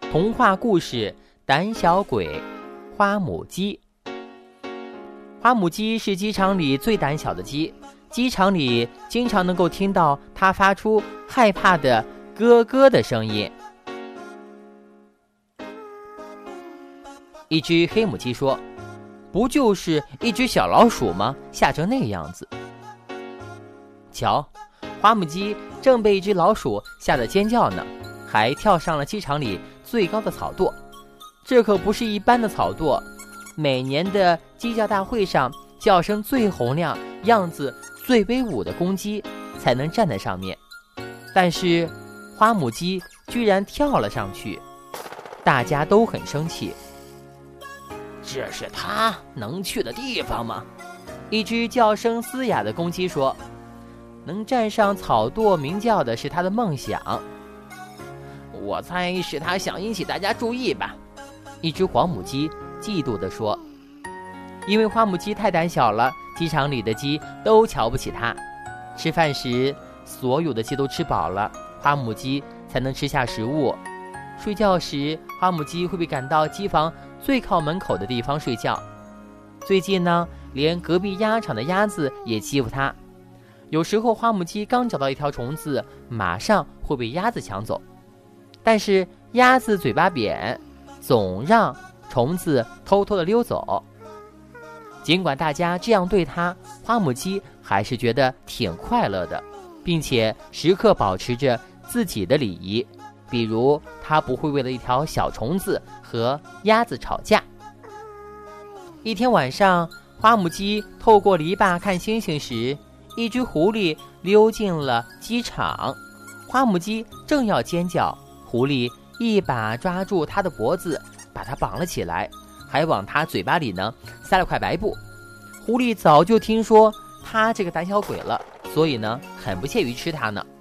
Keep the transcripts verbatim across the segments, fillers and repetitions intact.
童话故事《胆小鬼花母鸡》。花母鸡是鸡场里最胆小的鸡，鸡场里经常能够听到它发出害怕的咯咯的声音。一只黑母鸡说：“不就是一只小老鼠吗？吓成那样子。”瞧，花母鸡正被一只老鼠吓得尖叫呢，还跳上了鸡场里最高的草垛。这可不是一般的草垛，每年的鸡叫大会上，叫声最洪亮、样子最威武的公鸡才能站在上面。但是花母鸡居然跳了上去，大家都很生气。这是它能去的地方吗？一只叫声嘶哑的公鸡说：“能站上草垛鸣叫的是它的梦想。”我猜是它想引起大家注意吧。一只黄母鸡嫉妒地说：“因为花母鸡太胆小了，鸡场里的鸡都瞧不起它。吃饭时，所有的鸡都吃饱了，花母鸡才能吃下食物。睡觉时，花母鸡会被赶到鸡房最靠门口的地方睡觉。最近呢，连隔壁鸭场的鸭子也欺负它。有时候花母鸡刚找到一条虫子，马上会被鸭子抢走。但是鸭子嘴巴扁，总让虫子偷偷地溜走。尽管大家这样对它，花母鸡还是觉得挺快乐的，并且时刻保持着自己的礼仪，比如它不会为了一条小虫子和鸭子吵架。一天晚上，花母鸡透过篱笆看星星时，一只狐狸溜进了鸡场。花母鸡正要尖叫，狐狸一把抓住它的脖子，把它绑了起来，还往它嘴巴里呢塞了块白布。狐狸早就听说它这个胆小鬼了，所以呢很不屑于吃它呢。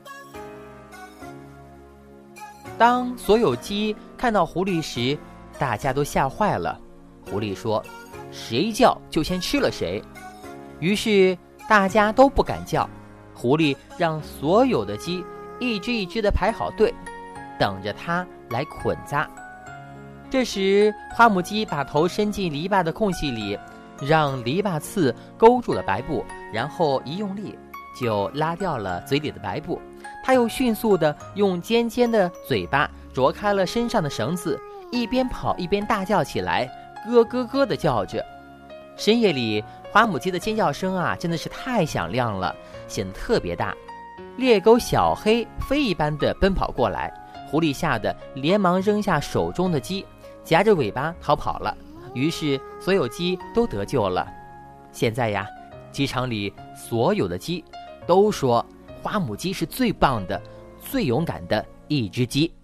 当所有鸡看到狐狸时，大家都吓坏了。狐狸说：“谁叫就先吃了谁。”于是大家都不敢叫。狐狸让所有的鸡一只一只的排好队，等着它来捆扎。这时花母鸡把头伸进篱笆的空隙里，让篱笆刺勾住了白布，然后一用力就拉掉了嘴里的白布。它又迅速地用尖尖的嘴巴啄开了身上的绳子，一边跑一边大叫起来，咯咯咯地叫着。深夜里，花母鸡的尖叫声啊，真的是太响亮了，显得特别大。猎狗小黑飞一般地奔跑过来，狐狸吓得连忙扔下手中的鸡，夹着尾巴逃跑了。于是所有鸡都得救了。现在呀，鸡场里所有的鸡都说花母鸡是最棒的、最勇敢的一只鸡。